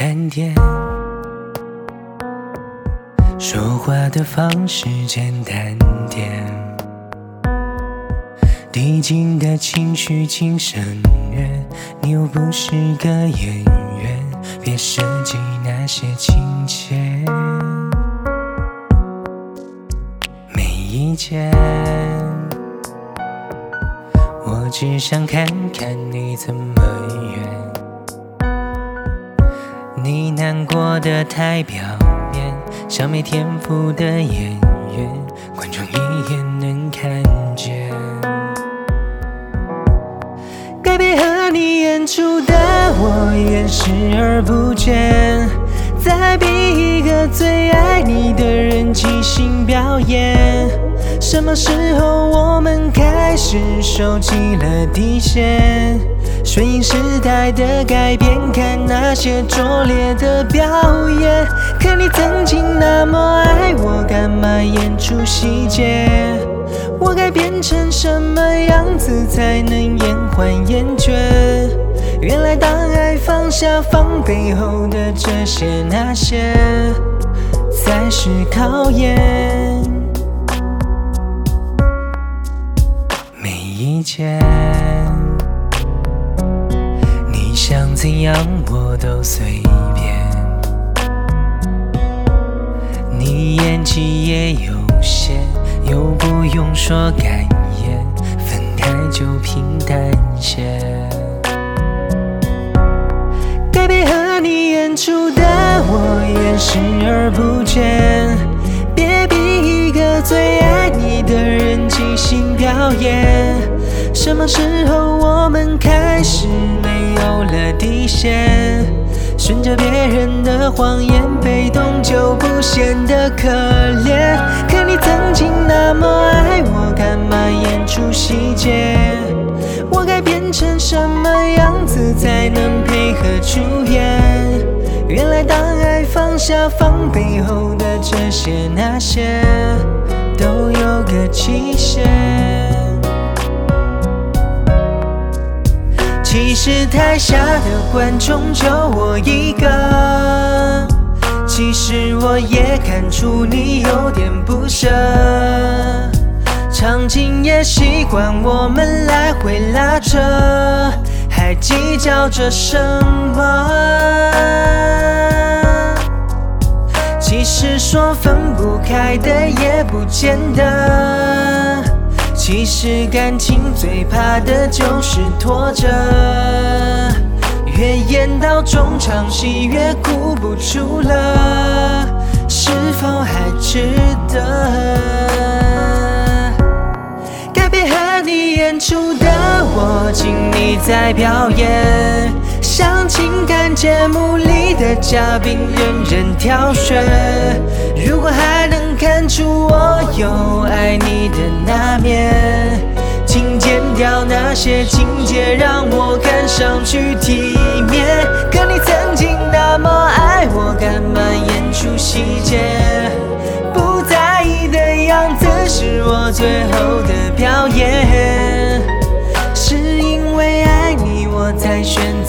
淡点，说话的方式简单点，递进的情绪请省略，你又不是个演员，别设计那些情节。没意见，我只想看看你怎么圆。你难过的太表面，像没天赋的演员，观众一眼能看见。该配合你演出的我也视而不见，再逼一个最爱你的人即兴表演。什么时候我们开始收起了底线？顺应时代的改变，看那些拙劣的表演。可你曾经那么爱我，干嘛演出细节？我该变成什么样子才能延缓厌倦？原来当爱放下放背后的这些那些，才是考验。没意见，你想怎样我都随便。你演技也有限，又不用说感言，分开就平淡些。该配合你演出的我也视而不见，别逼一个最爱你的人即兴表演。什么时候我们开始没有了底线？顺着别人的谎言，被动就不显得可怜。可你曾经那么爱我，干嘛演出细节？我该变成什么样子才能配合出演？原来当爱放下放背后的这些那些，都有个期限。其实台下的观众就我一个，其实我也看出你有点不舍，场景也习惯我们来回拉扯，还计较着什么？其实说分不开的也不见得，其实感情最怕的就是拖着，越演到中场戏越哭不出了，是否还值得？该配合你演出的我，请你再表演，像情感节目里的嘉宾任人挑选。如果还能看出我有爱你的那面，请剪掉那些情节，让我看上去体面。可你曾经那么爱我，干嘛演出细节？不在意的样子是我最后的表演，是因为爱你我才选